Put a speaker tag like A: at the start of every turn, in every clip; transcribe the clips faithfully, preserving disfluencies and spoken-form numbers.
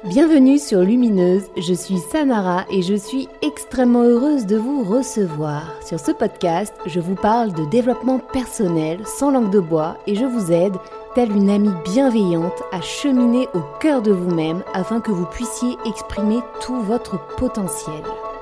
A: Bienvenue sur Lumineuse, je suis Sanara et je suis extrêmement heureuse de vous recevoir. Sur ce podcast, je vous parle de développement personnel sans langue de bois et je vous aide, telle une amie bienveillante, à cheminer au cœur de vous-même afin que vous puissiez exprimer tout votre potentiel.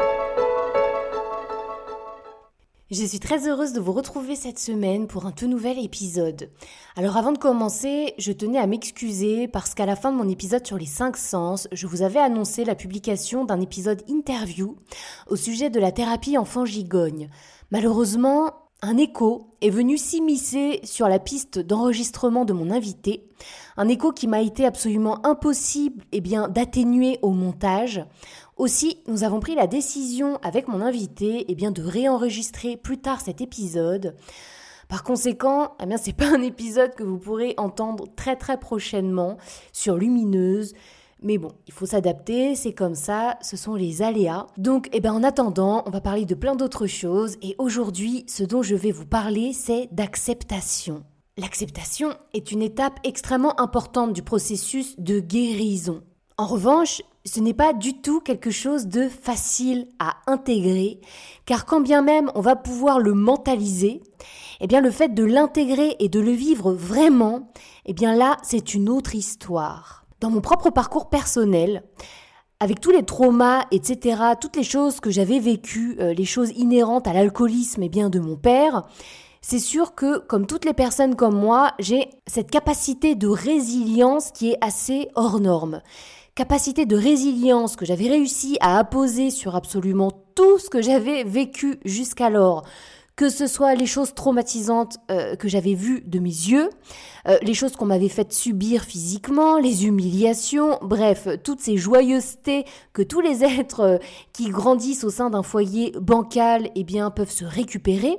A: Je suis très heureuse de vous retrouver cette semaine pour un tout nouvel épisode. Alors avant de commencer, je tenais à m'excuser parce qu'à la fin de mon épisode sur les cinq sens, je vous avais annoncé la publication d'un épisode interview au sujet de la thérapie enfant-gigogne. Malheureusement, un écho est venu s'immiscer sur la piste d'enregistrement de mon invité, un écho qui m'a été absolument impossible eh bien, d'atténuer au montage. Aussi, nous avons pris la décision avec mon invité eh bien, de réenregistrer plus tard cet épisode. Par conséquent, eh bien, c'est pas un épisode que vous pourrez entendre très très prochainement sur Lumineuse. Mais bon, il faut s'adapter, c'est comme ça, ce sont les aléas. Donc, eh ben, en attendant, on va parler de plein d'autres choses. Et aujourd'hui, ce dont je vais vous parler, c'est d'acceptation. L'acceptation est une étape extrêmement importante du processus de guérison. En revanche, ce n'est pas du tout quelque chose de facile à intégrer, car quand bien même on va pouvoir le mentaliser, eh bien le fait de l'intégrer et de le vivre vraiment, eh bien là, c'est une autre histoire. Dans mon propre parcours personnel, avec tous les traumas, et cetera, toutes les choses que j'avais vécues, euh, les choses inhérentes à l'alcoolisme eh bien, de mon père, c'est sûr que, comme toutes les personnes comme moi, j'ai cette capacité de résilience qui est assez hors norme. Capacité de résilience que j'avais réussi à apposer sur absolument tout ce que j'avais vécu jusqu'alors, que ce soit les choses traumatisantes euh, que j'avais vues de mes yeux, euh, les choses qu'on m'avait faites subir physiquement, les humiliations, bref, toutes ces joyeusetés que tous les êtres euh, qui grandissent au sein d'un foyer bancal eh bien, peuvent se récupérer.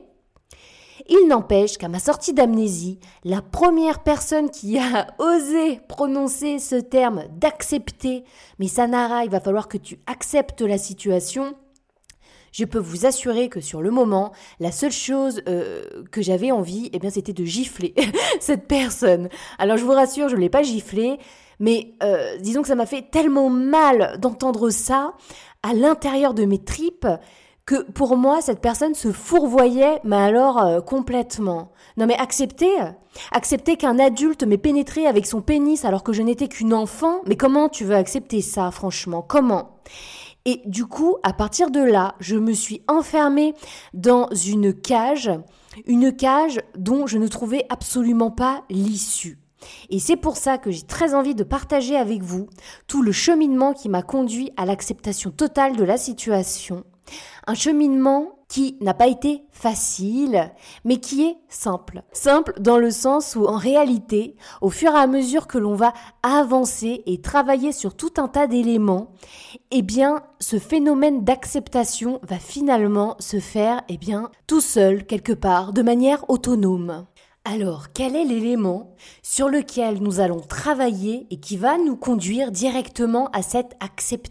A: Il n'empêche qu'à ma sortie d'amnésie, la première personne qui a osé prononcer ce terme d'accepter, mais Sanara, il va falloir que tu acceptes la situation, je peux vous assurer que sur le moment, la seule chose euh, que j'avais envie, eh bien, c'était de gifler cette personne. Alors je vous rassure, je ne l'ai pas giflé, mais euh, disons que ça m'a fait tellement mal d'entendre ça à l'intérieur de mes tripes, que pour moi, cette personne se fourvoyait, mais alors euh, complètement. Non mais accepter, accepter qu'un adulte m'ait pénétré avec son pénis alors que je n'étais qu'une enfant, mais comment tu veux accepter ça, franchement, comment ? Et du coup, à partir de là, je me suis enfermée dans une cage, une cage dont je ne trouvais absolument pas l'issue. Et c'est pour ça que j'ai très envie de partager avec vous tout le cheminement qui m'a conduit à l'acceptation totale de la situation. Un cheminement qui n'a pas été facile, mais qui est simple. Simple dans le sens où, en réalité, au fur et à mesure que l'on va avancer et travailler sur tout un tas d'éléments, eh bien, ce phénomène d'acceptation va finalement se faire, eh bien, tout seul, quelque part, de manière autonome. Alors, quel est l'élément sur lequel nous allons travailler et qui va nous conduire directement à cette acceptation ?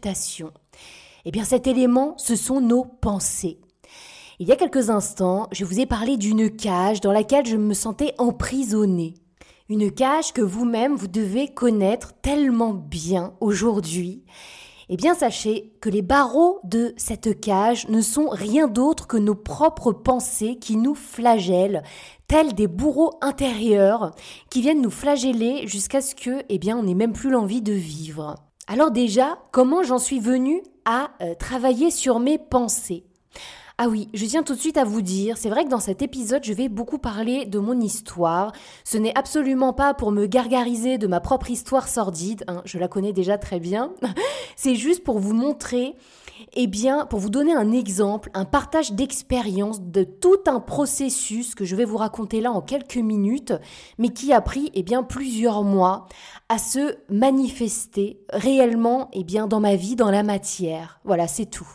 A: Eh bien, cet élément, ce sont nos pensées. Il y a quelques instants, je vous ai parlé d'une cage dans laquelle je me sentais emprisonnée. Une cage que vous-même, vous devez connaître tellement bien aujourd'hui. Eh bien, sachez que les barreaux de cette cage ne sont rien d'autre que nos propres pensées qui nous flagellent, tels des bourreaux intérieurs qui viennent nous flageller jusqu'à ce que, eh bien, on n'ait même plus l'envie de vivre. Alors déjà, comment j'en suis venue à euh, travailler sur mes pensées ? Ah oui, je tiens tout de suite à vous dire, c'est vrai que dans cet épisode, je vais beaucoup parler de mon histoire. Ce n'est absolument pas pour me gargariser de ma propre histoire sordide, hein, je la connais déjà très bien. C'est juste pour vous montrer, eh bien, pour vous donner un exemple, un partage d'expérience de tout un processus que je vais vous raconter là en quelques minutes, mais qui a pris, eh bien, plusieurs mois à se manifester réellement, eh bien, dans ma vie, dans la matière. Voilà, c'est tout.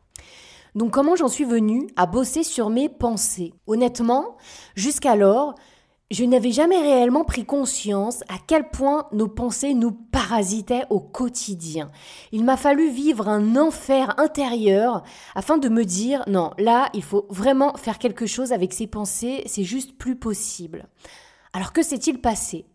A: Donc comment j'en suis venue à bosser sur mes pensées ? Honnêtement, jusqu'alors, je n'avais jamais réellement pris conscience à quel point nos pensées nous parasitaient au quotidien. Il m'a fallu vivre un enfer intérieur afin de me dire « Non, là, il faut vraiment faire quelque chose avec ces pensées, c'est juste plus possible ». Alors que s'est-il passé ?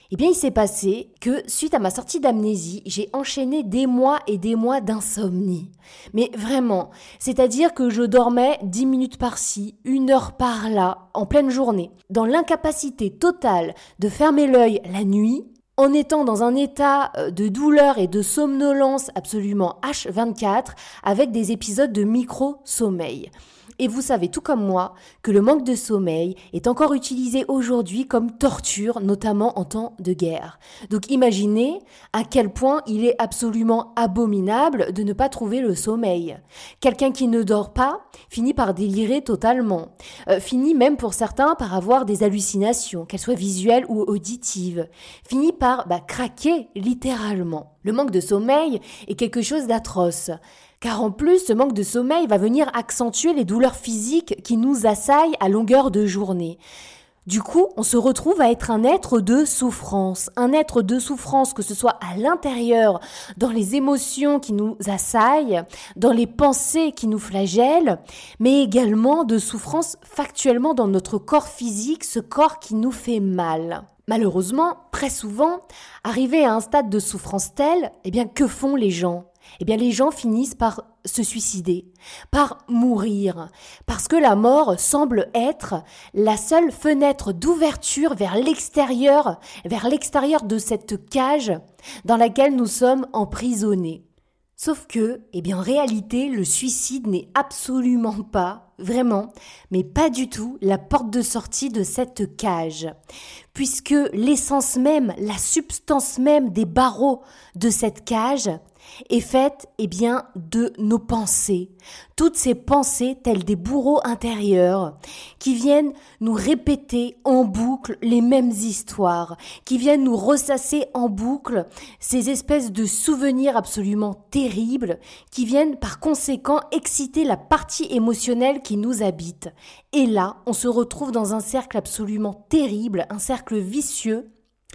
A: Eh bien, il s'est passé que, suite à ma sortie d'amnésie, j'ai enchaîné des mois et des mois d'insomnie. Mais vraiment, c'est-à-dire que je dormais dix minutes par-ci, une heure par-là, en pleine journée, dans l'incapacité totale de fermer l'œil la nuit, en étant dans un état de douleur et de somnolence absolument H vingt-quatre, avec des épisodes de micro-sommeil. Et vous savez tout comme moi que le manque de sommeil est encore utilisé aujourd'hui comme torture, notamment en temps de guerre. Donc imaginez à quel point il est absolument abominable de ne pas trouver le sommeil. Quelqu'un qui ne dort pas finit par délirer totalement, euh, finit même pour certains par avoir des hallucinations, qu'elles soient visuelles ou auditives, finit par bah, craquer littéralement. Le manque de sommeil est quelque chose d'atroce. Car en plus, ce manque de sommeil va venir accentuer les douleurs physiques qui nous assaillent à longueur de journée. Du coup, on se retrouve à être un être de souffrance. Un être de souffrance, que ce soit à l'intérieur, dans les émotions qui nous assaillent, dans les pensées qui nous flagellent, mais également de souffrance factuellement dans notre corps physique, ce corps qui nous fait mal. Malheureusement, très souvent, arrivé à un stade de souffrance tel, eh bien, que font les gens ? Eh bien, les gens finissent par se suicider, par mourir, parce que la mort semble être la seule fenêtre d'ouverture vers l'extérieur, vers l'extérieur de cette cage dans laquelle nous sommes emprisonnés. Sauf que, eh bien, en réalité, le suicide n'est absolument pas, vraiment, mais pas du tout, la porte de sortie de cette cage. Puisque l'essence même, la substance même des barreaux de cette cage est faite, eh bien, de nos pensées. Toutes ces pensées telles des bourreaux intérieurs qui viennent nous répéter en boucle les mêmes histoires, qui viennent nous ressasser en boucle ces espèces de souvenirs absolument terribles qui viennent par conséquent exciter la partie émotionnelle qui nous habite. Et là, on se retrouve dans un cercle absolument terrible, un cercle vicieux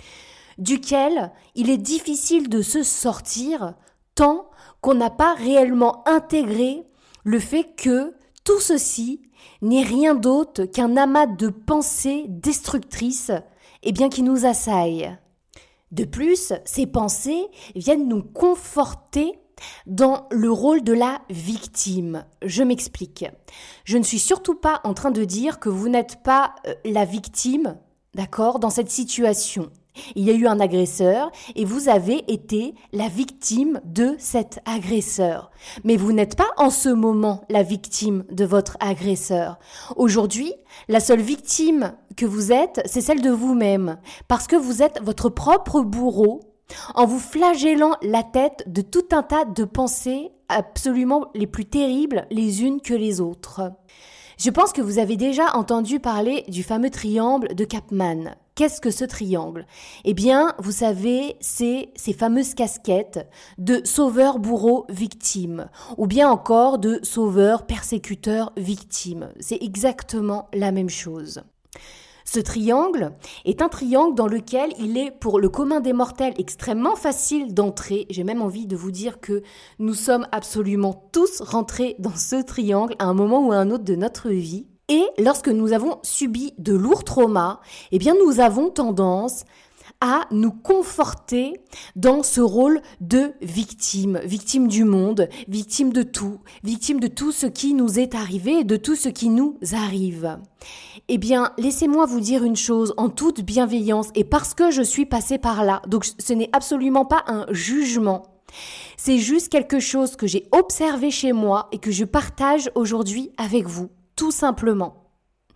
A: duquel il est difficile de se sortir tant qu'on n'a pas réellement intégré le fait que tout ceci n'est rien d'autre qu'un amas de pensées destructrices eh bien, qui nous assaillent. De plus, ces pensées viennent nous conforter dans le rôle de la victime. Je m'explique. Je ne suis surtout pas en train de dire que vous n'êtes pas la victime, d'accord, dans cette situation. Il y a eu un agresseur et vous avez été la victime de cet agresseur. Mais vous n'êtes pas en ce moment la victime de votre agresseur. Aujourd'hui, la seule victime que vous êtes, c'est celle de vous-même. Parce que vous êtes votre propre bourreau en vous flagellant la tête de tout un tas de pensées absolument les plus terribles les unes que les autres. Je pense que vous avez déjà entendu parler du fameux triangle de Chapman. Qu'est-ce que ce triangle ? Eh bien, vous savez, c'est ces fameuses casquettes de sauveur, bourreau, victime, ou bien encore de sauveur, persécuteur, victime. C'est exactement la même chose. Ce triangle est un triangle dans lequel il est pour le commun des mortels extrêmement facile d'entrer. J'ai même envie de vous dire que nous sommes absolument tous rentrés dans ce triangle à un moment ou à un autre de notre vie. Et lorsque nous avons subi de lourds traumas, eh bien nous avons tendance à nous conforter dans ce rôle de victime, victime du monde, victime de tout, victime de tout ce qui nous est arrivé et de tout ce qui nous arrive. Eh bien, laissez-moi vous dire une chose en toute bienveillance et parce que je suis passée par là, donc ce n'est absolument pas un jugement. C'est juste quelque chose que j'ai observé chez moi et que je partage aujourd'hui avec vous, tout simplement.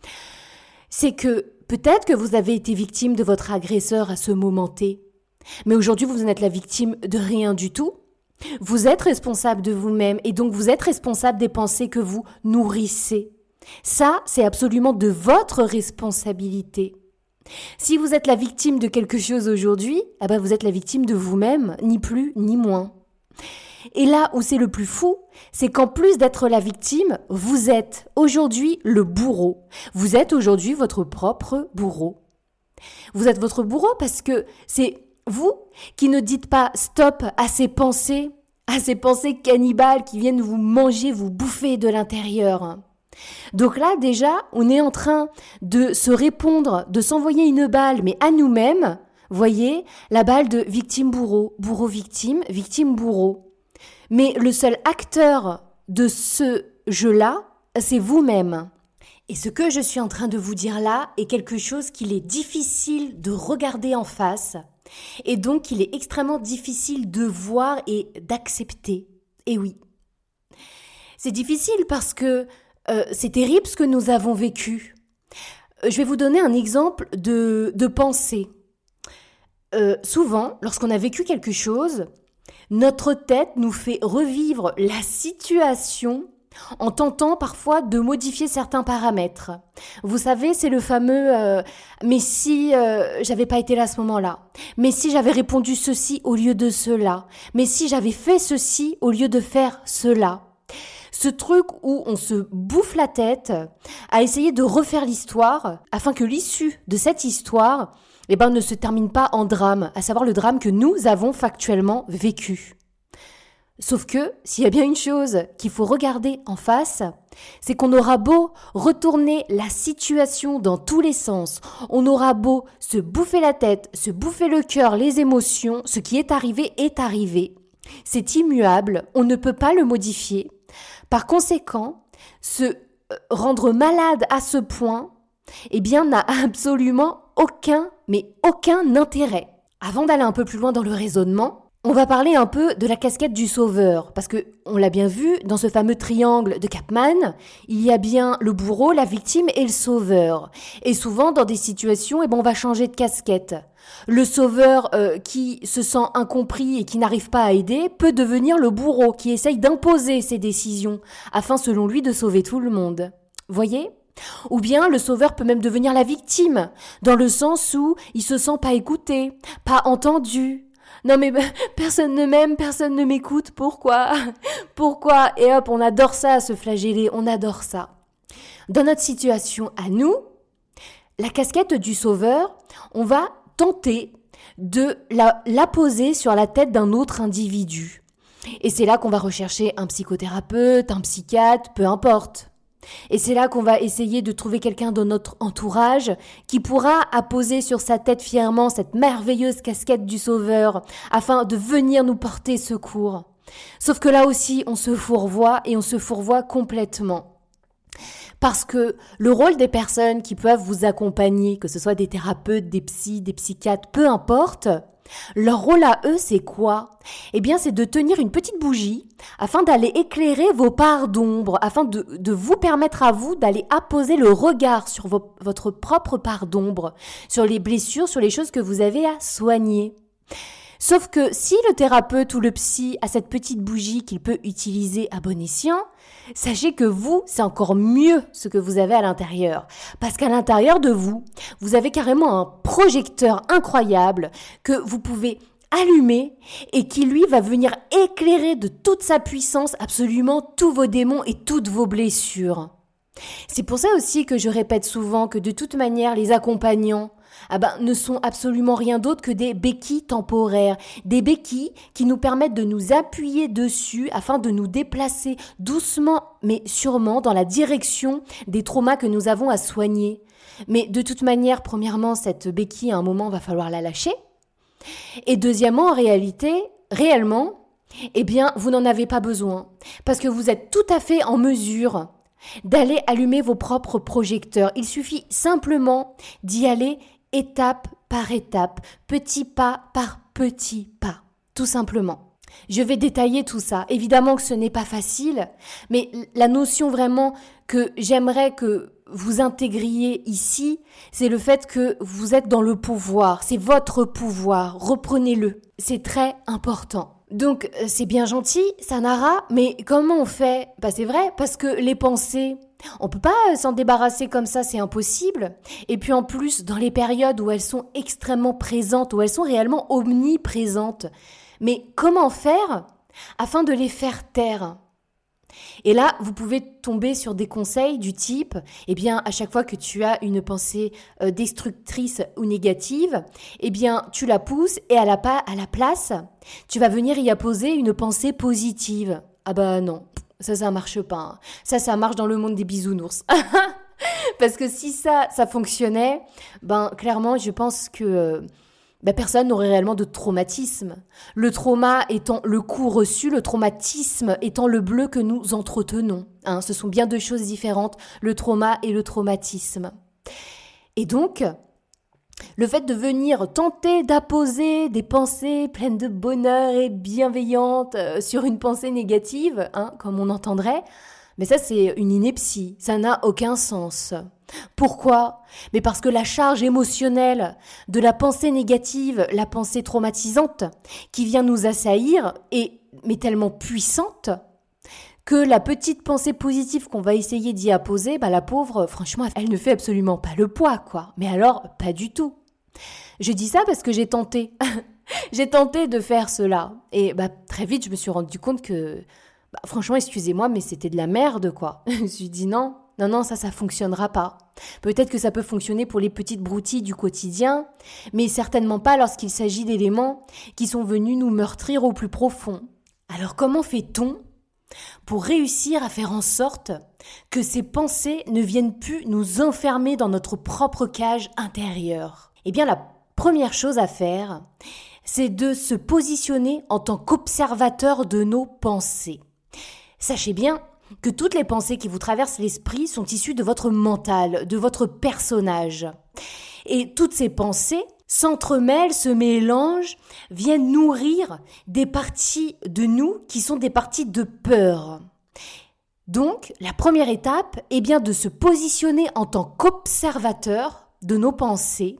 A: C'est que peut-être que vous avez été victime de votre agresseur à ce moment T, mais aujourd'hui vous n'êtes la victime de rien du tout. Vous êtes responsable de vous-même et donc vous êtes responsable des pensées que vous nourrissez. Ça, c'est absolument de votre responsabilité. Si vous êtes la victime de quelque chose aujourd'hui, eh ben vous êtes la victime de vous-même, ni plus ni moins. Et là où c'est le plus fou, c'est qu'en plus d'être la victime, vous êtes aujourd'hui le bourreau. Vous êtes aujourd'hui votre propre bourreau. Vous êtes votre bourreau parce que c'est vous qui ne dites pas stop à ces pensées, à ces pensées cannibales qui viennent vous manger, vous bouffer de l'intérieur. Donc là, déjà, on est en train de se répondre, de s'envoyer une balle, mais à nous-mêmes, Voyez, la balle de victime-bourreau, bourreau-victime, victime-bourreau. Mais le seul acteur de ce jeu-là, c'est vous-même. Et ce que je suis en train de vous dire là est quelque chose qu'il est difficile de regarder en face et donc qu'il est extrêmement difficile de voir et d'accepter. Et oui, c'est difficile parce que euh, c'est terrible ce que nous avons vécu. Je vais vous donner un exemple de, de pensée. Euh, souvent, lorsqu'on a vécu quelque chose, notre tête nous fait revivre la situation en tentant parfois de modifier certains paramètres. Vous savez, c'est le fameux euh, « mais si euh, j'avais pas été là à ce moment-là »,« mais si j'avais répondu ceci au lieu de cela »,« mais si j'avais fait ceci au lieu de faire cela ». Ce truc où on se bouffe la tête à essayer de refaire l'histoire afin que l'issue de cette histoire eh ben, ne se termine pas en drame, à savoir le drame que nous avons factuellement vécu. Sauf que, s'il y a bien une chose qu'il faut regarder en face, c'est qu'on aura beau retourner la situation dans tous les sens, on aura beau se bouffer la tête, se bouffer le cœur, les émotions, ce qui est arrivé est arrivé. C'est immuable, on ne peut pas le modifier. Par conséquent, se rendre malade à ce point, eh bien, n'a absolument aucun, mais aucun intérêt. Avant d'aller un peu plus loin dans le raisonnement, on va parler un peu de la casquette du sauveur, parce que on l'a bien vu, dans ce fameux triangle de Capman, il y a bien le bourreau, la victime et le sauveur. Et souvent, dans des situations, eh ben, on va changer de casquette. Le sauveur euh, qui se sent incompris et qui n'arrive pas à aider peut devenir le bourreau qui essaye d'imposer ses décisions, afin selon lui de sauver tout le monde. Voyez ? Ou bien le sauveur peut même devenir la victime, dans le sens où il se sent pas écouté, pas entendu. Non mais personne ne m'aime, personne ne m'écoute, pourquoi ? Pourquoi ? Et hop, on adore ça, se flageller, on adore ça. Dans notre situation à nous, la casquette du sauveur, on va tenter de la, la poser sur la tête d'un autre individu. Et c'est là qu'on va rechercher un psychothérapeute, un psychiatre, peu importe. Et c'est là qu'on va essayer de trouver quelqu'un dans notre entourage qui pourra apposer sur sa tête fièrement cette merveilleuse casquette du sauveur afin de venir nous porter secours. Sauf que là aussi, on se fourvoie et on se fourvoie complètement. Parce que le rôle des personnes qui peuvent vous accompagner, que ce soit des thérapeutes, des psys, des psychiatres, peu importe, leur rôle à eux, c'est quoi ? Eh bien, c'est de tenir une petite bougie afin d'aller éclairer vos parts d'ombre, afin de, de vous permettre à vous d'aller apposer le regard sur vos, votre propre part d'ombre, sur les blessures, sur les choses que vous avez à soigner. Sauf que si le thérapeute ou le psy a cette petite bougie qu'il peut utiliser à bon escient, sachez que vous, c'est encore mieux ce que vous avez à l'intérieur. Parce qu'à l'intérieur de vous, vous avez carrément un projecteur incroyable que vous pouvez allumer et qui lui va venir éclairer de toute sa puissance absolument tous vos démons et toutes vos blessures. C'est pour ça aussi que je répète souvent que de toute manière, les accompagnants ah ben, ne sont absolument rien d'autre que des béquilles temporaires, des béquilles qui nous permettent de nous appuyer dessus afin de nous déplacer doucement mais sûrement dans la direction des traumas que nous avons à soigner. Mais de toute manière, premièrement, cette béquille, à un moment, va falloir la lâcher. Et deuxièmement, en réalité, réellement, eh bien, vous n'en avez pas besoin parce que vous êtes tout à fait en mesure d'aller allumer vos propres projecteurs. Il suffit simplement d'y aller étape par étape, petit pas par petit pas, tout simplement. Je vais détailler tout ça. Évidemment que ce n'est pas facile, mais la notion vraiment que j'aimerais que vous intégriez ici, c'est le fait que vous êtes dans le pouvoir. C'est votre pouvoir. Reprenez-le. C'est très important. Donc, c'est bien gentil, Sanara, mais comment on fait ? Bah, c'est vrai, parce que les pensées, on peut pas s'en débarrasser comme ça, c'est impossible. Et puis en plus, dans les périodes où elles sont extrêmement présentes, où elles sont réellement omniprésentes, mais comment faire afin de les faire taire ? Et là, vous pouvez tomber sur des conseils du type, eh bien, à chaque fois que tu as une pensée euh, destructrice ou négative, eh bien, tu la pousses et à la, pa- à la place, tu vas venir y apposer une pensée positive. Ah bah non, ça, ça marche pas. Hein. Ça, ça marche dans le monde des bisounours. Parce que si ça, ça fonctionnait, ben, clairement, je pense que... Euh, ben personne n'aurait réellement de traumatisme. Le trauma étant le coup reçu, le traumatisme étant le bleu que nous entretenons. Hein, ce sont bien deux choses différentes, le trauma et le traumatisme. Et donc, le fait de venir tenter d'apposer des pensées pleines de bonheur et bienveillantes euh, sur une pensée négative, hein, comme on entendrait, mais ça c'est une ineptie, ça n'a aucun sens. Pourquoi ? Mais parce que la charge émotionnelle de la pensée négative, la pensée traumatisante, qui vient nous assaillir, est mais tellement puissante que la petite pensée positive qu'on va essayer d'y apposer, bah la pauvre, franchement, elle ne fait absolument pas le poids, quoi. Mais alors, pas du tout. Je dis ça parce que j'ai tenté. j'ai tenté de faire cela. Et bah très vite, je me suis rendu compte que, bah, franchement, excusez-moi, mais c'était de la merde, quoi. Je me suis dit non. Non, non, ça, ça fonctionnera pas. Peut-être que ça peut fonctionner pour les petites broutilles du quotidien, mais certainement pas lorsqu'il s'agit d'éléments qui sont venus nous meurtrir au plus profond. Alors comment fait-on pour réussir à faire en sorte que ces pensées ne viennent plus nous enfermer dans notre propre cage intérieure ? Eh bien, la première chose à faire, c'est de se positionner en tant qu'observateur de nos pensées. Sachez bien que toutes les pensées qui vous traversent l'esprit sont issues de votre mental, de votre personnage. Et toutes ces pensées s'entremêlent, se mélangent, viennent nourrir des parties de nous qui sont des parties de peur. Donc, la première étape est bien de se positionner en tant qu'observateur de nos pensées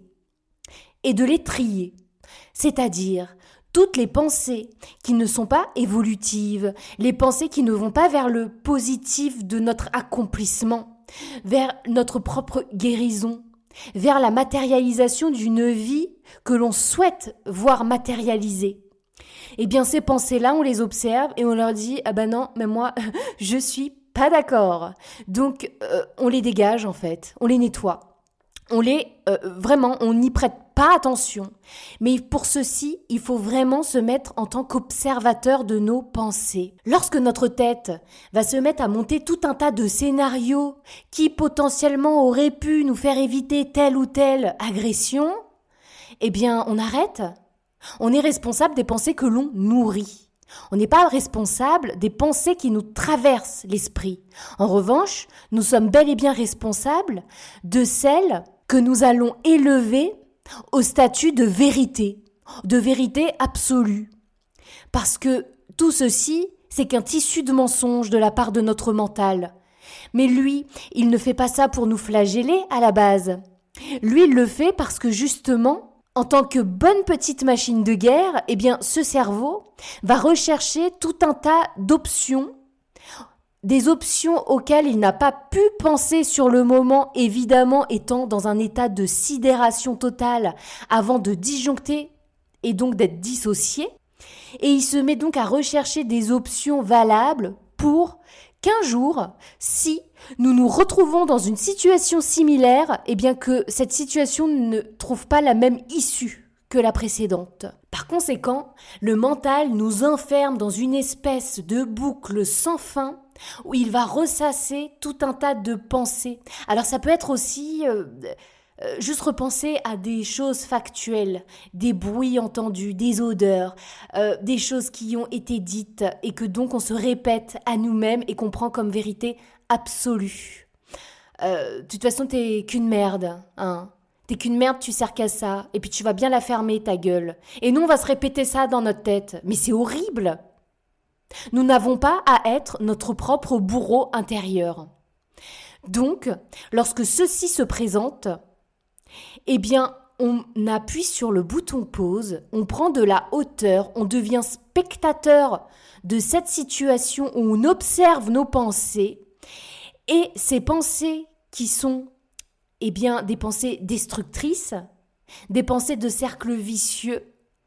A: et de les trier. C'est-à-dire toutes les pensées qui ne sont pas évolutives, les pensées qui ne vont pas vers le positif de notre accomplissement, vers notre propre guérison, vers la matérialisation d'une vie que l'on souhaite voir matérialisée. Eh bien, ces pensées-là, on les observe et on leur dit « Ah ben non, mais moi, je suis pas d'accord ». Donc, euh, on les dégage en fait, on les nettoie. On les, euh, vraiment, on n'y prête pas attention. Mais pour ceci, il faut vraiment se mettre en tant qu'observateur de nos pensées. Lorsque notre tête va se mettre à monter tout un tas de scénarios qui potentiellement auraient pu nous faire éviter telle ou telle agression, eh bien, on arrête. On est responsable des pensées que l'on nourrit. On n'est pas responsable des pensées qui nous traversent l'esprit. En revanche, nous sommes bel et bien responsables de celles que nous allons élever au statut de vérité, de vérité absolue. Parce que tout ceci, c'est qu'un tissu de mensonges de la part de notre mental. Mais lui, il ne fait pas ça pour nous flageller à la base. Lui, il le fait parce que justement, en tant que bonne petite machine de guerre, eh bien, ce cerveau va rechercher tout un tas d'options, des options auxquelles il n'a pas pu penser sur le moment, évidemment étant dans un état de sidération totale avant de disjoncter et donc d'être dissocié. Et il se met donc à rechercher des options valables pour qu'un jour, si nous nous retrouvons dans une situation similaire, eh bien que cette situation ne trouve pas la même issue que la précédente. Par conséquent, le mental nous enferme dans une espèce de boucle sans fin où il va ressasser tout un tas de pensées. Alors ça peut être aussi euh, euh, juste repenser à des choses factuelles, des bruits entendus, des odeurs, euh, des choses qui ont été dites et que donc on se répète à nous-mêmes et qu'on prend comme vérité absolue. Euh, de toute façon, t'es qu'une merde, hein. T'es qu'une merde, tu sers qu'à ça, et puis tu vas bien la fermer, ta gueule. Et nous, on va se répéter ça dans notre tête. Mais c'est horrible. Nous n'avons pas à être notre propre bourreau intérieur. Donc, lorsque ceci se présente, eh bien, on appuie sur le bouton pause, on prend de la hauteur, on devient spectateur de cette situation où on observe nos pensées, et ces pensées qui sont Eh bien, des pensées destructrices, des pensées de cercle vicieux,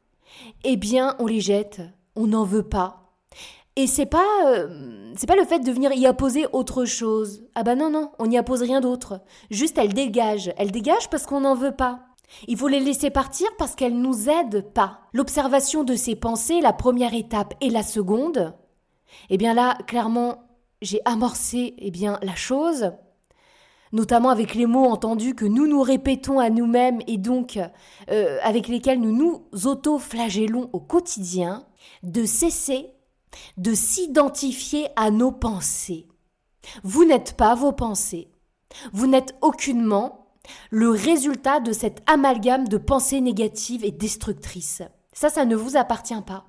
A: eh bien, on les jette, on n'en veut pas. Et c'est pas, euh, c'est pas le fait de venir y apposer autre chose. Ah bah non, non, on n'y appose rien d'autre. Juste, elles dégagent. Elles dégagent parce qu'on n'en veut pas. Il faut les laisser partir parce qu'elles nous aident pas. L'observation de ces pensées, la première étape et la seconde, eh bien là, clairement, j'ai amorcé, eh bien, la chose. notamment avec les mots entendus que nous nous répétons à nous-mêmes et donc euh, avec lesquels nous nous auto-flagellons au quotidien, de cesser de s'identifier à nos pensées. Vous n'êtes pas vos pensées. Vous n'êtes aucunement le résultat de cet amalgame de pensées négatives et destructrices. Ça, ça ne vous appartient pas.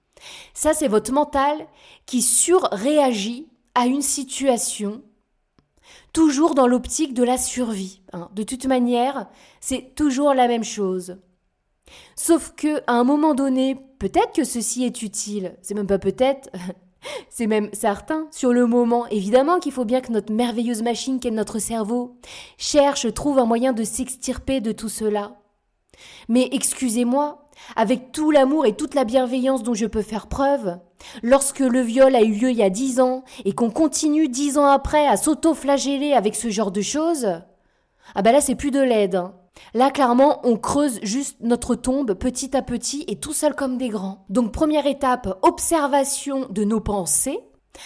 A: Ça, c'est votre mental qui surréagit à une situation, toujours dans l'optique de la survie. Hein. De toute manière, c'est toujours la même chose. Sauf que, à un moment donné, peut-être que ceci est utile. C'est même pas peut-être, c'est même certain. Sur le moment, évidemment qu'il faut bien que notre merveilleuse machine qu'est notre cerveau cherche, trouve un moyen de s'extirper de tout cela. Mais excusez-moi, avec tout l'amour et toute la bienveillance dont je peux faire preuve, lorsque le viol a eu lieu il y a dix ans et qu'on continue dix ans après à s'auto-flageller avec ce genre de choses, ah ben là c'est plus de l'aide. Hein. Là clairement on creuse juste notre tombe petit à petit et tout seul comme des grands. Donc première étape, observation de nos pensées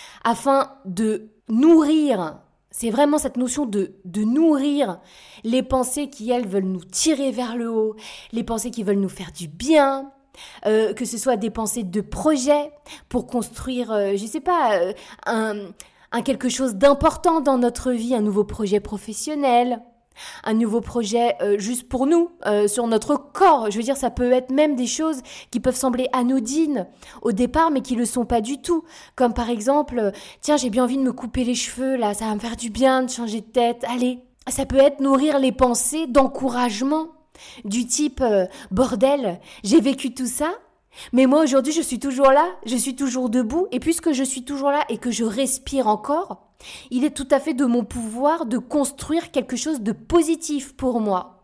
A: afin de nourrir. C'est vraiment cette notion de, de nourrir les pensées qui, elles, veulent nous tirer vers le haut, les pensées qui veulent nous faire du bien, euh, que ce soit des pensées de projet pour construire, euh, je sais pas, euh, un, un quelque chose d'important dans notre vie, un nouveau projet professionnel, un nouveau projet euh, juste pour nous, euh, sur notre corps. Je veux dire, ça peut être même des choses qui peuvent sembler anodines au départ, mais qui le sont pas du tout. Comme par exemple, euh, tiens, j'ai bien envie de me couper les cheveux, là, ça va me faire du bien de changer de tête. Allez, ça peut être nourrir les pensées d'encouragement, du type euh, bordel, j'ai vécu tout ça, mais moi aujourd'hui je suis toujours là, je suis toujours debout, et puisque je suis toujours là et que je respire encore, il est tout à fait de mon pouvoir de construire quelque chose de positif pour moi.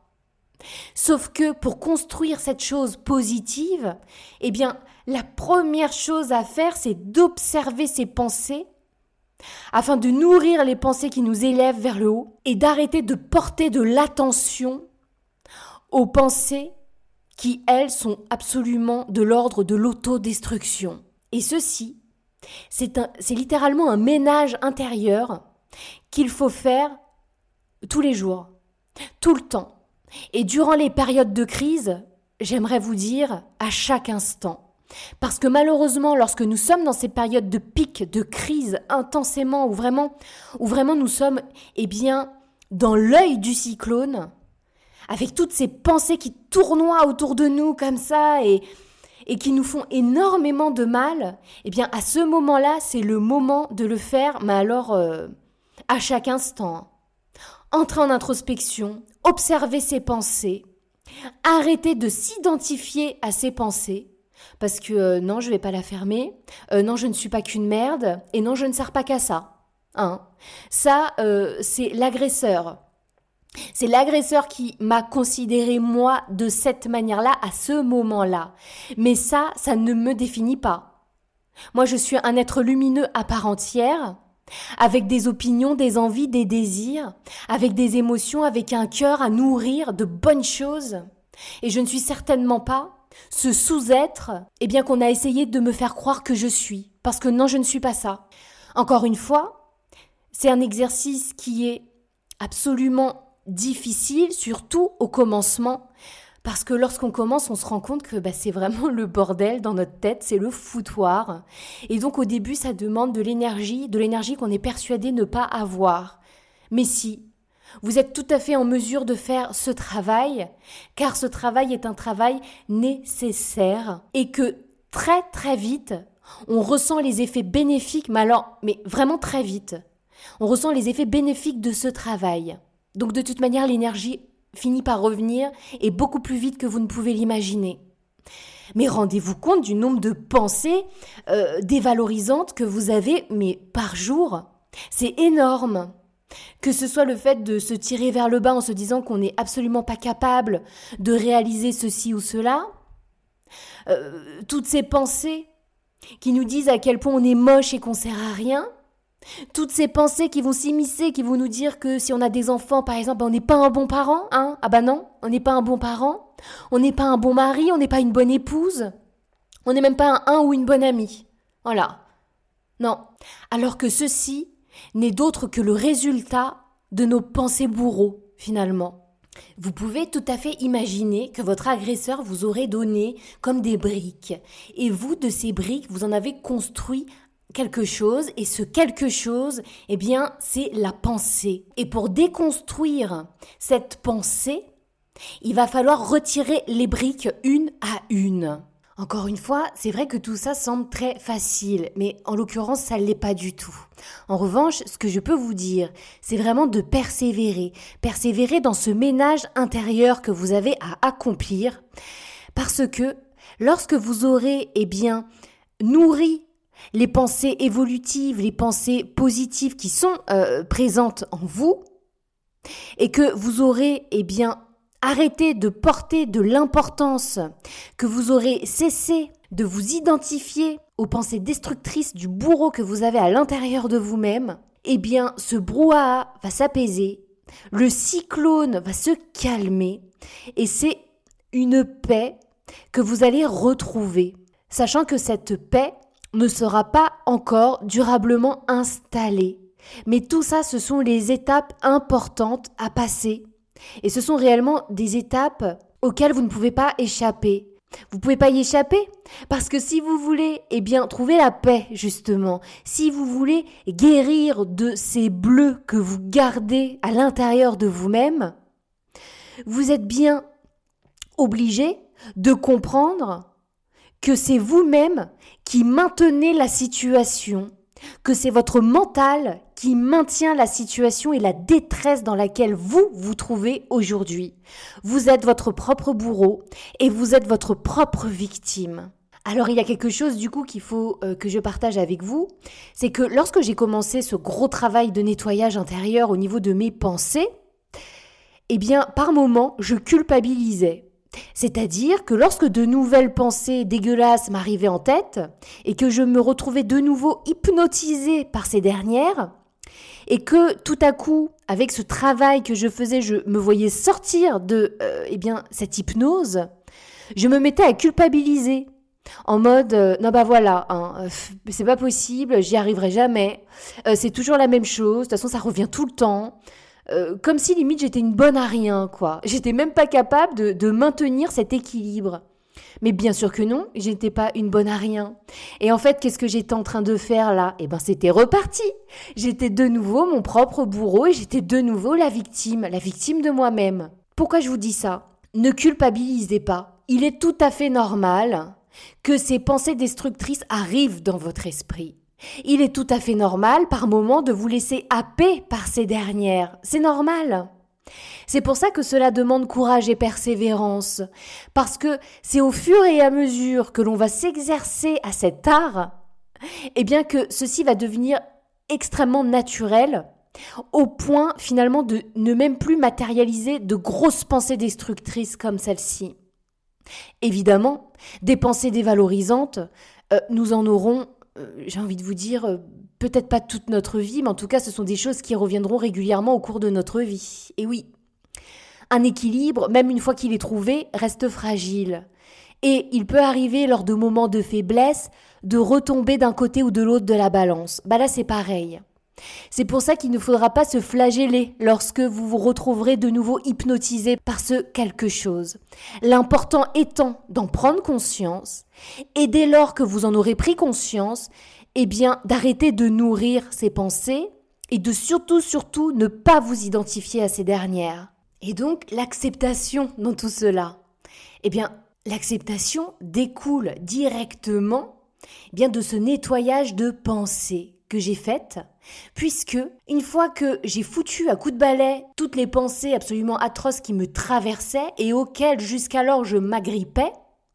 A: Sauf que pour construire cette chose positive, eh bien, la première chose à faire, c'est d'observer ses pensées afin de nourrir les pensées qui nous élèvent vers le haut et d'arrêter de porter de l'attention aux pensées qui, elles, sont absolument de l'ordre de l'autodestruction. Et ceci, c'est, un, c'est littéralement un ménage intérieur qu'il faut faire tous les jours, tout le temps. Et durant les périodes de crise, j'aimerais vous dire à chaque instant. Parce que malheureusement, lorsque nous sommes dans ces périodes de pic, de crise intensément, où vraiment, où vraiment nous sommes eh bien, dans l'œil du cyclone, avec toutes ces pensées qui tournoient autour de nous comme ça et, et qui nous font énormément de mal, eh bien à ce moment-là, c'est le moment de le faire, mais alors euh, à chaque instant. Entrer en introspection, observer ses pensées, arrêter de s'identifier à ses pensées, parce que euh, non, je vais pas la fermer, euh, non, je ne suis pas qu'une merde, et non, je ne sers pas qu'à ça. Hein. Ça, euh, c'est l'agresseur. C'est l'agresseur qui m'a considéré moi de cette manière-là à ce moment-là. Mais ça, ça ne me définit pas. Moi, je suis un être lumineux à part entière, avec des opinions, des envies, des désirs, avec des émotions, avec un cœur à nourrir de bonnes choses. Et je ne suis certainement pas ce sous-être, eh bien qu'on a essayé de me faire croire que je suis. Parce que non, je ne suis pas ça. Encore une fois, c'est un exercice qui est absolument difficile, surtout au commencement, parce que lorsqu'on commence, on se rend compte que bah, c'est vraiment le bordel dans notre tête, c'est le foutoir. Et donc au début, ça demande de l'énergie, de l'énergie qu'on est persuadé ne pas avoir. Mais si, vous êtes tout à fait en mesure de faire ce travail, car ce travail est un travail nécessaire et que très très vite, on ressent les effets bénéfiques, mais alors, mais vraiment très vite, on ressent les effets bénéfiques de ce travail. Donc de toute manière, l'énergie finit par revenir et beaucoup plus vite que vous ne pouvez l'imaginer. Mais rendez-vous compte du nombre de pensées euh, dévalorisantes que vous avez, mais par jour. C'est énorme. Que ce soit le fait de se tirer vers le bas en se disant qu'on n'est absolument pas capable de réaliser ceci ou cela. Euh, toutes ces pensées qui nous disent à quel point on est moche et qu'on sert à rien. Toutes ces pensées qui vont s'immiscer, qui vont nous dire que si on a des enfants, par exemple, on n'est pas un bon parent, hein ? Ah bah non, on n'est pas un bon parent, on n'est pas un bon mari, on n'est pas une bonne épouse, on n'est même pas un, un ou une bonne amie. Voilà. Non. Alors que ceci n'est d'autre que le résultat de nos pensées bourreaux, finalement. Vous pouvez tout à fait imaginer que votre agresseur vous aurait donné comme des briques. Et vous, de ces briques, vous en avez construit quelque chose. Et ce quelque chose, eh bien, c'est la pensée. Et pour déconstruire cette pensée, il va falloir retirer les briques une à une. Encore une fois, c'est vrai que tout ça semble très facile, mais en l'occurrence, ça ne l'est pas du tout. En revanche, ce que je peux vous dire, c'est vraiment de persévérer. Persévérer dans ce ménage intérieur que vous avez à accomplir, parce que lorsque vous aurez, eh bien, nourri les pensées évolutives, les pensées positives qui sont euh, présentes en vous, et que vous aurez, eh bien, arrêtez de porter de l'importance, que vous aurez cessé de vous identifier aux pensées destructrices du bourreau que vous avez à l'intérieur de vous-même, eh bien, ce brouhaha va s'apaiser, le cyclone va se calmer et c'est une paix que vous allez retrouver, sachant que cette paix ne sera pas encore durablement installée. Mais tout ça, ce sont les étapes importantes à passer. Et ce sont réellement des étapes auxquelles vous ne pouvez pas échapper. Vous ne pouvez pas y échapper parce que si vous voulez, eh bien, trouver la paix, justement, si vous voulez guérir de ces bleus que vous gardez à l'intérieur de vous-même, vous êtes bien obligé de comprendre que c'est vous-même qui maintenez la situation, que c'est votre mental qui maintient la situation et la détresse dans laquelle vous vous trouvez aujourd'hui. Vous êtes votre propre bourreau et vous êtes votre propre victime. Alors il y a quelque chose du coup qu'il faut euh, que je partage avec vous, c'est que lorsque j'ai commencé ce gros travail de nettoyage intérieur au niveau de mes pensées, eh bien par moments je culpabilisais. C'est-à-dire que lorsque de nouvelles pensées dégueulasses m'arrivaient en tête et que je me retrouvais de nouveau hypnotisée par ces dernières et que tout à coup, avec ce travail que je faisais, je me voyais sortir de euh, eh bien, cette hypnose, je me mettais à culpabiliser en mode euh, non bah voilà, hein, euh, c'est pas possible, j'y arriverai jamais, euh, c'est toujours la même chose, de toute façon ça revient tout le temps. Euh, comme si limite j'étais une bonne à rien, quoi. J'étais même pas capable de, de maintenir cet équilibre. Mais bien sûr que non, j'étais pas une bonne à rien. Et en fait, qu'est-ce que j'étais en train de faire là ? Eh ben, c'était reparti. J'étais de nouveau mon propre bourreau et j'étais de nouveau la victime, la victime de moi-même. Pourquoi je vous dis ça ? Ne culpabilisez pas. Il est tout à fait normal que ces pensées destructrices arrivent dans votre esprit. Il est tout à fait normal par moments de vous laisser happer par ces dernières. C'est normal. C'est pour ça que cela demande courage et persévérance. Parce que c'est au fur et à mesure que l'on va s'exercer à cet art, eh bien que ceci va devenir extrêmement naturel, au point finalement de ne même plus matérialiser de grosses pensées destructrices comme celle-ci. Évidemment, des pensées dévalorisantes, euh, nous en aurons Euh, j'ai envie de vous dire, euh, peut-être pas toute notre vie, mais en tout cas, ce sont des choses qui reviendront régulièrement au cours de notre vie. Et oui, un équilibre, même une fois qu'il est trouvé, reste fragile. Et il peut arriver, lors de moments de faiblesse, de retomber d'un côté ou de l'autre de la balance. Bah là, c'est pareil. C'est pour ça qu'il ne faudra pas se flageller lorsque vous vous retrouverez de nouveau hypnotisé par ce quelque chose. L'important étant d'en prendre conscience et dès lors que vous en aurez pris conscience, eh bien d'arrêter de nourrir ces pensées et de surtout, surtout ne pas vous identifier à ces dernières. Et donc l'acceptation dans tout cela. Eh bien l'acceptation découle directement eh bien, de ce nettoyage de pensées que j'ai faite, puisque une fois que j'ai foutu à coups de balai toutes les pensées absolument atroces qui me traversaient et auxquelles jusqu'alors je m'agrippais,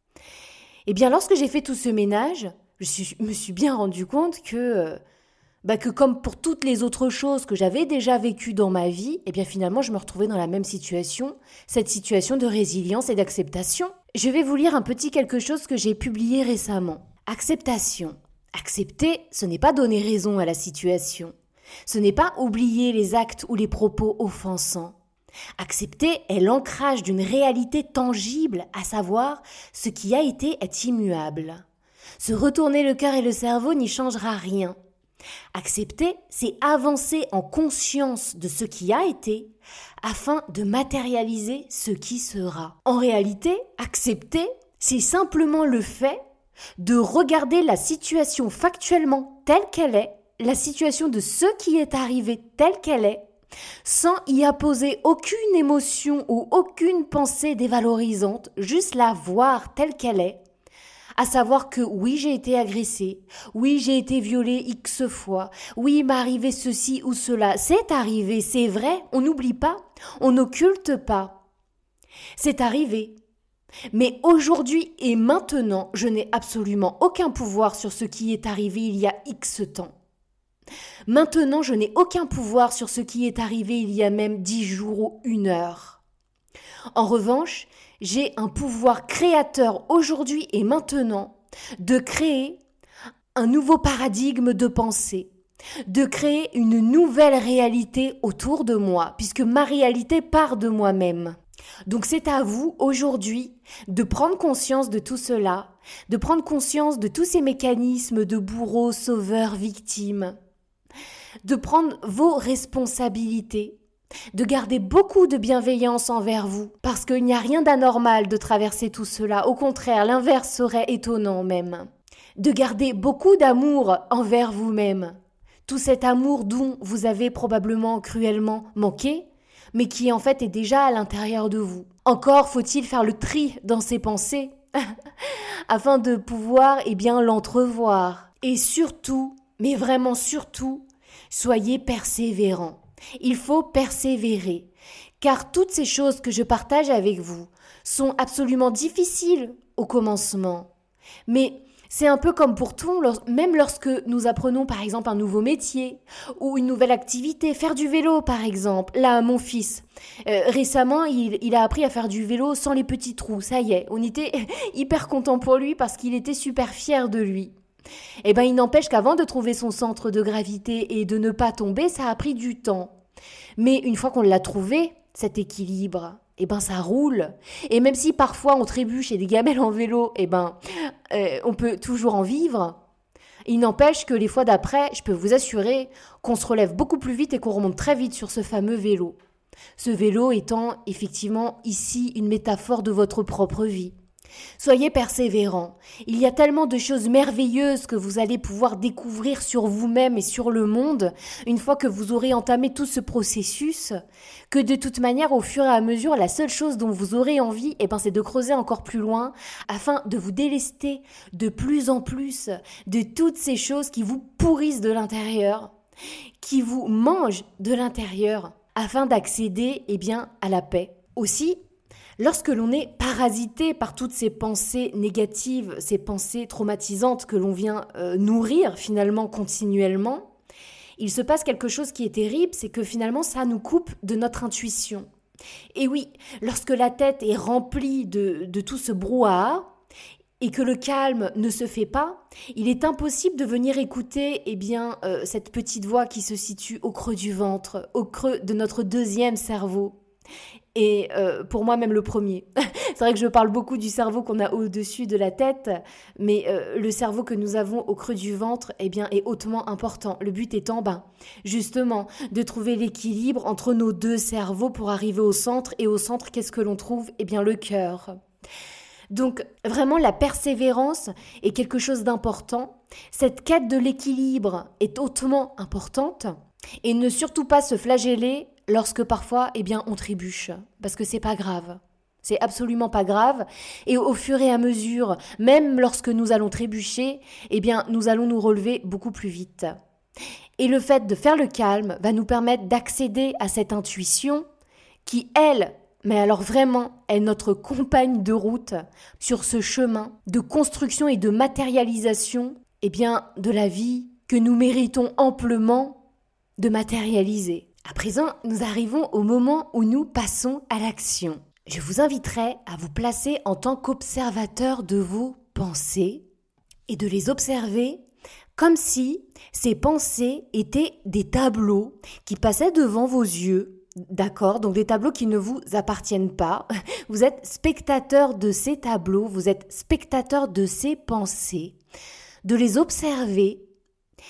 A: eh bien lorsque j'ai fait tout ce ménage, je suis, me suis bien rendu compte que, euh, bah que comme pour toutes les autres choses que j'avais déjà vécues dans ma vie, eh bien finalement je me retrouvais dans la même situation, cette situation de résilience et d'acceptation. Je vais vous lire un petit quelque chose que j'ai publié récemment. Acceptation. Accepter, ce n'est pas donner raison à la situation. Ce n'est pas oublier les actes ou les propos offensants. Accepter est l'ancrage d'une réalité tangible, à savoir ce qui a été est immuable. Se retourner le cœur et le cerveau n'y changera rien. Accepter, c'est avancer en conscience de ce qui a été afin de matérialiser ce qui sera. En réalité, accepter, c'est simplement le fait de regarder la situation factuellement telle qu'elle est, la situation de ce qui est arrivé telle qu'elle est, sans y apposer aucune émotion ou aucune pensée dévalorisante, juste la voir telle qu'elle est, à savoir que oui, j'ai été agressée, oui, j'ai été violée X fois, oui, il m'est arrivé ceci ou cela, c'est arrivé, c'est vrai, on n'oublie pas, on n'occulte pas, c'est arrivé. Mais aujourd'hui et maintenant, je n'ai absolument aucun pouvoir sur ce qui est arrivé il y a X temps. Maintenant, je n'ai aucun pouvoir sur ce qui est arrivé il y a même dix jours ou une heure. En revanche, j'ai un pouvoir créateur aujourd'hui et maintenant de créer un nouveau paradigme de pensée, de créer une nouvelle réalité autour de moi, puisque ma réalité part de moi-même. Donc c'est à vous aujourd'hui de prendre conscience de tout cela, de prendre conscience de tous ces mécanismes de bourreaux, sauveurs, victimes, de prendre vos responsabilités, de garder beaucoup de bienveillance envers vous, parce qu'il n'y a rien d'anormal de traverser tout cela, au contraire, l'inverse serait étonnant même. De garder beaucoup d'amour envers vous-même, tout cet amour dont vous avez probablement cruellement manqué, mais qui en fait est déjà à l'intérieur de vous. Encore faut-il faire le tri dans ses pensées, afin de pouvoir eh bien l'entrevoir. Et surtout, mais vraiment surtout, soyez persévérants. Il faut persévérer, car toutes ces choses que je partage avec vous sont absolument difficiles au commencement. Mais c'est un peu comme pour tout, même lorsque nous apprenons par exemple un nouveau métier ou une nouvelle activité, faire du vélo par exemple. Là, mon fils, euh, récemment, il, il a appris à faire du vélo sans les petits trous, ça y est, on était hyper content pour lui parce qu'il était super fier de lui. Eh ben, il n'empêche qu'avant de trouver son centre de gravité et de ne pas tomber, ça a pris du temps. Mais une fois qu'on l'a trouvé, cet équilibre, eh ben, ça roule. Et même si parfois on trébuche et des gamelles en vélo, eh ben, euh, on peut toujours en vivre. Il n'empêche que les fois d'après, je peux vous assurer qu'on se relève beaucoup plus vite et qu'on remonte très vite sur ce fameux vélo. Ce vélo étant effectivement ici une métaphore de votre propre vie. Soyez persévérants. Il y a tellement de choses merveilleuses que vous allez pouvoir découvrir sur vous-même et sur le monde une fois que vous aurez entamé tout ce processus, que de toute manière, au fur et à mesure, la seule chose dont vous aurez envie, eh ben, c'est de creuser encore plus loin afin de vous délester de plus en plus de toutes ces choses qui vous pourrissent de l'intérieur, qui vous mangent de l'intérieur, afin d'accéder eh bien, à la paix. Aussi, lorsque l'on est parasité par toutes ces pensées négatives, ces pensées traumatisantes que l'on vient euh, nourrir finalement continuellement, il se passe quelque chose qui est terrible, c'est que finalement ça nous coupe de notre intuition. Et oui, lorsque la tête est remplie de, de tout ce brouhaha et que le calme ne se fait pas, il est impossible de venir écouter eh bien, euh, cette petite voix qui se situe au creux du ventre, au creux de notre deuxième cerveau. Et euh, pour moi, même le premier. C'est vrai que je parle beaucoup du cerveau qu'on a au-dessus de la tête, mais euh, le cerveau que nous avons au creux du ventre eh bien, est hautement important. Le but étant, ben, justement, de trouver l'équilibre entre nos deux cerveaux pour arriver au centre. Et au centre, qu'est-ce que l'on trouve ? Eh bien, le cœur. Donc, vraiment, la persévérance est quelque chose d'important. Cette quête de l'équilibre est hautement importante. Et ne surtout pas se flageller lorsque parfois, eh bien, on trébuche, parce que c'est pas grave. C'est absolument pas grave. Et au fur et à mesure, même lorsque nous allons trébucher, eh bien, nous allons nous relever beaucoup plus vite. Et le fait de faire le calme va nous permettre d'accéder à cette intuition qui, elle, mais alors vraiment, est notre compagne de route sur ce chemin de construction et de matérialisation, eh bien, de la vie que nous méritons amplement de matérialiser. À présent, nous arrivons au moment où nous passons à l'action. Je vous inviterai à vous placer en tant qu'observateur de vos pensées et de les observer comme si ces pensées étaient des tableaux qui passaient devant vos yeux. D'accord, donc des tableaux qui ne vous appartiennent pas. Vous êtes spectateur de ces tableaux, vous êtes spectateur de ces pensées, de les observer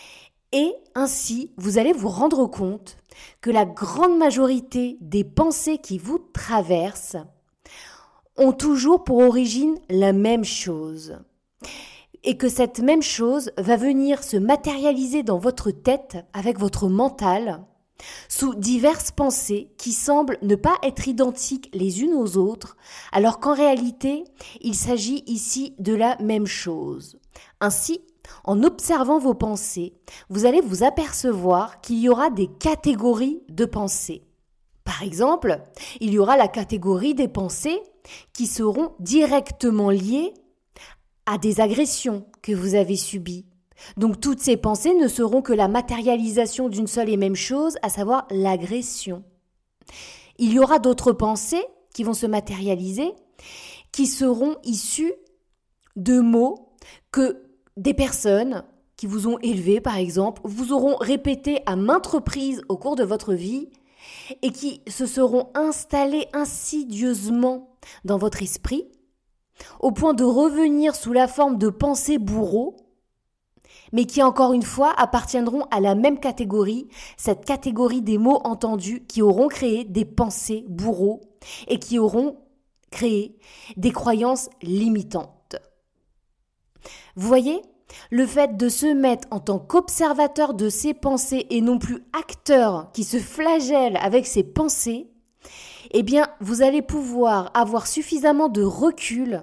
A: Et ainsi, vous allez vous rendre compte que la grande majorité des pensées qui vous traversent ont toujours pour origine la même chose. Et que cette même chose va venir se matérialiser dans votre tête avec votre mental sous diverses pensées qui semblent ne pas être identiques les unes aux autres, alors qu'en réalité, il s'agit ici de la même chose. Ainsi, en observant vos pensées, vous allez vous apercevoir qu'il y aura des catégories de pensées. Par exemple, il y aura la catégorie des pensées qui seront directement liées à des agressions que vous avez subies. Donc toutes ces pensées ne seront que la matérialisation d'une seule et même chose, à savoir l'agression. Il y aura d'autres pensées qui vont se matérialiser, qui seront issues de mots que des personnes qui vous ont élevé, par exemple, vous auront répété à maintes reprises au cours de votre vie et qui se seront installés insidieusement dans votre esprit, au point de revenir sous la forme de pensées bourreaux, mais qui encore une fois appartiendront à la même catégorie, cette catégorie des mots entendus qui auront créé des pensées bourreaux et qui auront créé des croyances limitantes. Vous voyez, le fait de se mettre en tant qu'observateur de ses pensées et non plus acteur qui se flagelle avec ses pensées, eh bien, vous allez pouvoir avoir suffisamment de recul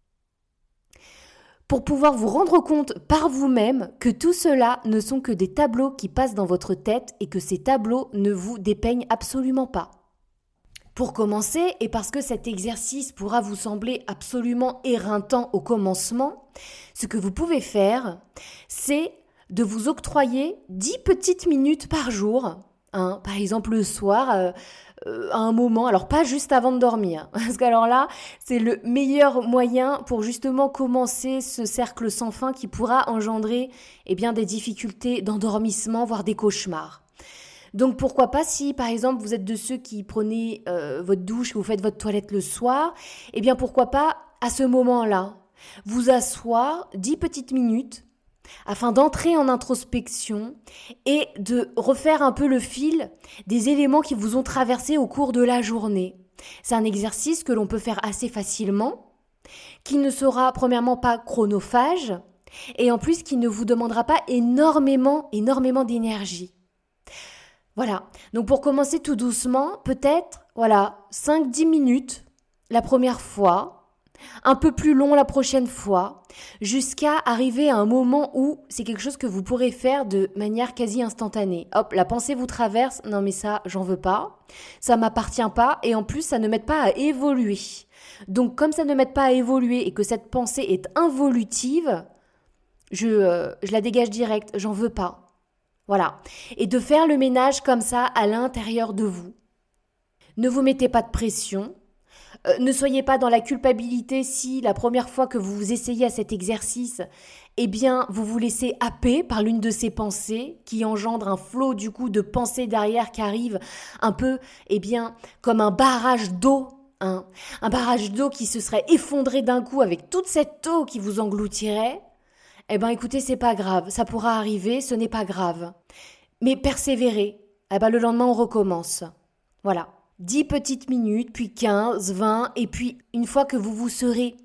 A: pour pouvoir vous rendre compte par vous-même que tout cela ne sont que des tableaux qui passent dans votre tête et que ces tableaux ne vous dépeignent absolument pas. Pour commencer, et parce que cet exercice pourra vous sembler absolument éreintant au commencement, ce que vous pouvez faire, c'est de vous octroyer dix petites minutes par jour, hein, par exemple le soir, euh, euh, à un moment, alors pas juste avant de dormir, parce qu'alors là, c'est le meilleur moyen pour justement commencer ce cercle sans fin qui pourra engendrer eh bien, des difficultés d'endormissement, voire des cauchemars. Donc pourquoi pas si par exemple vous êtes de ceux qui prenez euh, votre douche, vous faites votre toilette le soir, eh bien pourquoi pas à ce moment-là vous asseoir dix petites minutes afin d'entrer en introspection et de refaire un peu le fil des éléments qui vous ont traversé au cours de la journée. C'est un exercice que l'on peut faire assez facilement, qui ne sera premièrement pas chronophage et en plus qui ne vous demandera pas énormément, énormément d'énergie. Voilà, donc pour commencer tout doucement, peut-être, voilà, cinq à dix minutes la première fois, un peu plus long la prochaine fois, jusqu'à arriver à un moment où c'est quelque chose que vous pourrez faire de manière quasi instantanée. Hop, la pensée vous traverse, non mais ça, j'en veux pas, ça m'appartient pas, et en plus, ça ne m'aide pas à évoluer. Donc comme ça ne m'aide pas à évoluer et que cette pensée est involutive, je, euh, je la dégage direct, j'en veux pas. Voilà, et de faire le ménage comme ça à l'intérieur de vous. Ne vous mettez pas de pression, euh, ne soyez pas dans la culpabilité si la première fois que vous vous essayez à cet exercice, eh bien vous vous laissez happer par l'une de ces pensées qui engendre un flot du coup de pensées derrière qui arrive un peu eh bien comme un barrage d'eau, hein, un barrage d'eau qui se serait effondré d'un coup avec toute cette eau qui vous engloutirait. Eh ben écoutez, c'est pas grave, ça pourra arriver, ce n'est pas grave. Mais persévérez, eh ben le lendemain on recommence. Voilà, dix petites minutes, puis quinze, vingt, et puis une fois que vous vous serez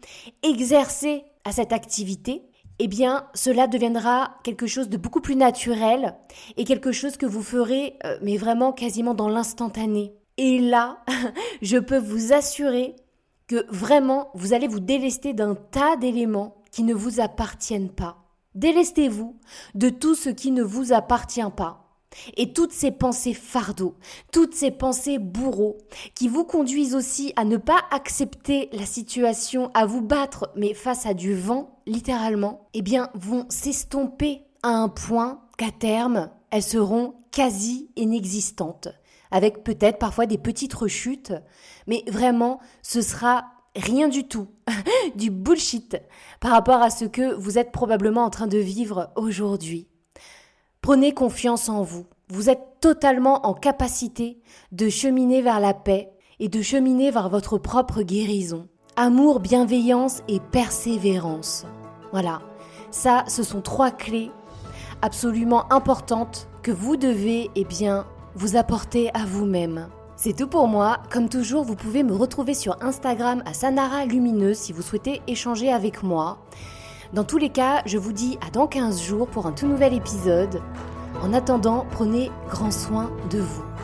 A: exercé à cette activité, eh bien cela deviendra quelque chose de beaucoup plus naturel et quelque chose que vous ferez, euh, mais vraiment quasiment dans l'instantané. Et là, je peux vous assurer que vraiment vous allez vous délester d'un tas d'éléments qui ne vous appartiennent pas. Délestez-vous de tout ce qui ne vous appartient pas. Et toutes ces pensées fardeaux, toutes ces pensées bourreaux qui vous conduisent aussi à ne pas accepter la situation, à vous battre, mais face à du vent, littéralement, eh bien, vont s'estomper à un point qu'à terme, elles seront quasi inexistantes, avec peut-être parfois des petites rechutes, mais vraiment, ce sera rien du tout, du bullshit par rapport à ce que vous êtes probablement en train de vivre aujourd'hui. Prenez confiance en vous. Vous êtes totalement en capacité de cheminer vers la paix et de cheminer vers votre propre guérison. Amour, bienveillance et persévérance. Voilà, ça, ce sont trois clés absolument importante que vous devez, eh bien, vous apporter à vous-même. C'est tout pour moi. Comme toujours, vous pouvez me retrouver sur Instagram à Sanara Lumineuse si vous souhaitez échanger avec moi. Dans tous les cas, je vous dis à dans quinze jours pour un tout nouvel épisode. En attendant, prenez grand soin de vous.